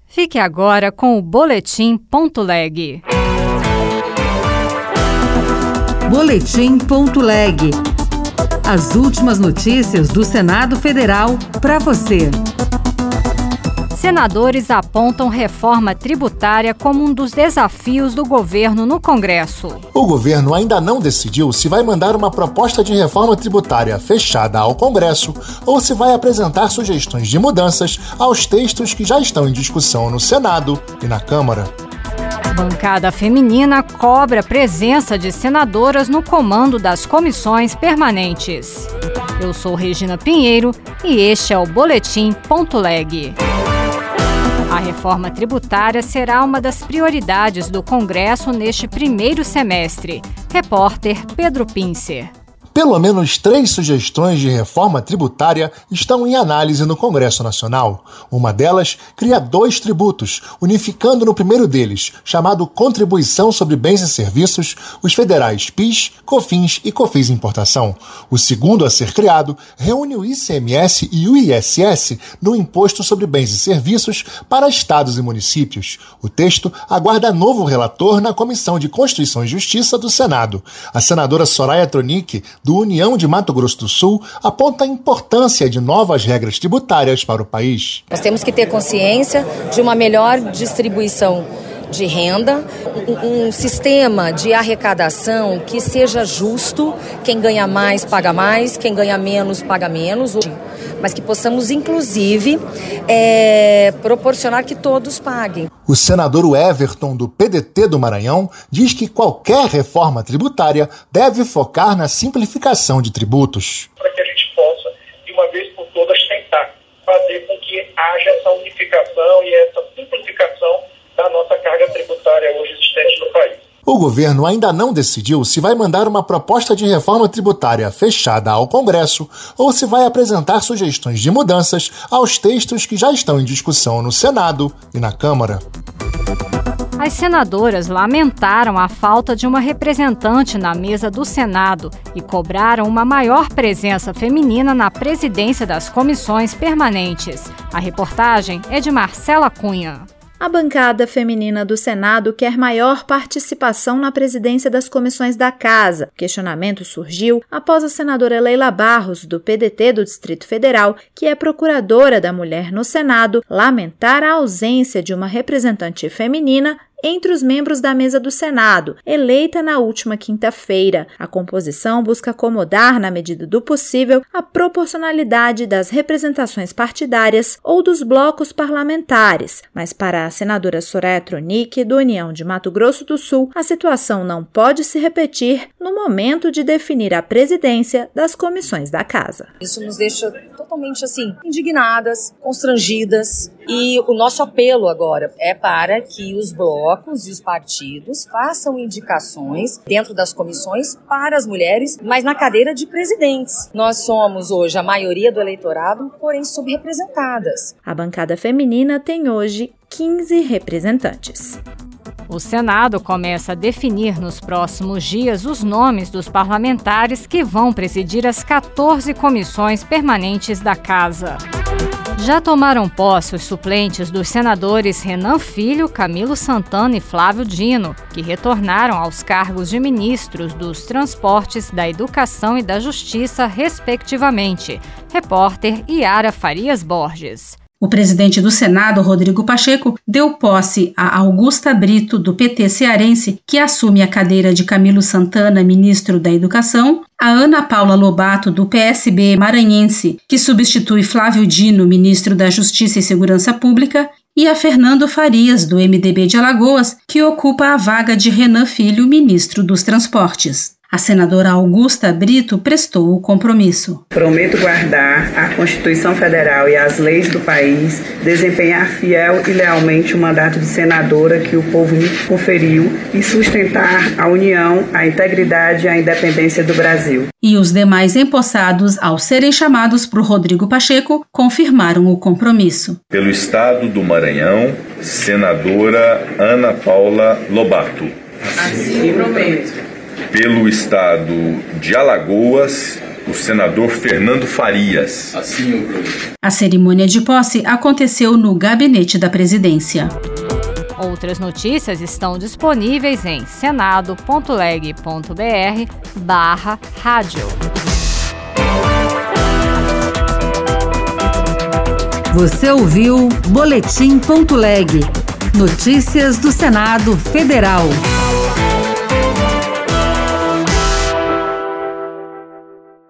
Fique agora com o Boletim.leg. Boletim.leg. As últimas notícias do Senado Federal para você. Senadores apontam reforma tributária como um dos desafios do governo no Congresso. O governo ainda não decidiu se vai mandar uma proposta de reforma tributária fechada ao Congresso ou se vai apresentar sugestões de mudanças aos textos que já estão em discussão no Senado e na Câmara. Bancada feminina cobra a presença de senadoras no comando das comissões permanentes. Eu sou Regina Pinheiro e este é o Boletim.leg. A reforma tributária será uma das prioridades do Congresso neste primeiro semestre. Repórter Pedro Pincer. Pelo menos 3 sugestões de reforma tributária estão em análise no Congresso Nacional. Uma delas cria 2 tributos, unificando no primeiro deles, chamado Contribuição sobre Bens e Serviços, os federais PIS, COFINS e COFINS Importação. O segundo a ser criado reúne o ICMS e o ISS no Imposto sobre Bens e Serviços para estados e municípios. O texto aguarda novo relator na Comissão de Constituição e Justiça do Senado. A senadora Soraya Tronic, do União de Mato Grosso do Sul, aponta a importância de novas regras tributárias para o país. Nós temos que ter consciência de uma melhor distribuição de renda, um sistema de arrecadação que seja justo, quem ganha mais paga mais, quem ganha menos paga menos, mas que possamos inclusive proporcionar que todos paguem. O senador Everton, do PDT do Maranhão, diz que qualquer reforma tributária deve focar na simplificação de tributos. Para que a gente possa, de uma vez por todas, tentar fazer com que haja essa unificação e essa simplificação da nossa carga tributária hoje existente no país. O governo ainda não decidiu se vai mandar uma proposta de reforma tributária fechada ao Congresso ou se vai apresentar sugestões de mudanças aos textos que já estão em discussão no Senado e na Câmara. As senadoras lamentaram a falta de uma representante na mesa do Senado e cobraram uma maior presença feminina na presidência das comissões permanentes. A reportagem é de Marcela Cunha. A bancada feminina do Senado quer maior participação na presidência das comissões da Casa. O questionamento surgiu após a senadora Leila Barros, do PDT do Distrito Federal, que é procuradora da mulher no Senado, lamentar a ausência de uma representante feminina entre os membros da mesa do Senado, eleita na última quinta-feira. A composição busca acomodar, na medida do possível, a proporcionalidade das representações partidárias ou dos blocos parlamentares. Mas para a senadora Soraya Tronic, do União de Mato Grosso do Sul, a situação não pode se repetir no momento de definir a presidência das comissões da Casa. Isso nos deixa totalmente indignadas, constrangidas. E o nosso apelo agora é para que os blocos e os partidos façam indicações dentro das comissões para as mulheres, mas na cadeira de presidentes. Nós somos hoje a maioria do eleitorado, porém subrepresentadas. A bancada feminina tem hoje 15 representantes. O Senado começa a definir nos próximos dias os nomes dos parlamentares que vão presidir as 14 comissões permanentes da Casa. Já tomaram posse os suplentes dos senadores Renan Filho, Camilo Santana e Flávio Dino, que retornaram aos cargos de ministros dos Transportes, da Educação e da Justiça, respectivamente. Repórter Yara Farias Borges. O presidente do Senado, Rodrigo Pacheco, deu posse a Augusta Brito, do PT cearense, que assume a cadeira de Camilo Santana, ministro da Educação, a Ana Paula Lobato, do PSB maranhense, que substitui Flávio Dino, ministro da Justiça e Segurança Pública, e a Fernando Farias, do MDB de Alagoas, que ocupa a vaga de Renan Filho, ministro dos Transportes. A senadora Augusta Brito prestou o compromisso. Prometo guardar a Constituição Federal e as leis do país, desempenhar fiel e lealmente o mandato de senadora que o povo me conferiu e sustentar a união, a integridade e a independência do Brasil. E os demais empossados, ao serem chamados por Rodrigo Pacheco, confirmaram o compromisso. Pelo Estado do Maranhão, senadora Ana Paula Lobato. Assim prometo. Pelo Estado de Alagoas, o senador Fernando Farias. Assim o projeto. A cerimônia de posse aconteceu no gabinete da presidência. Outras notícias estão disponíveis em senado.leg.br/rádio. Você ouviu Boletim.leg. Notícias do Senado Federal.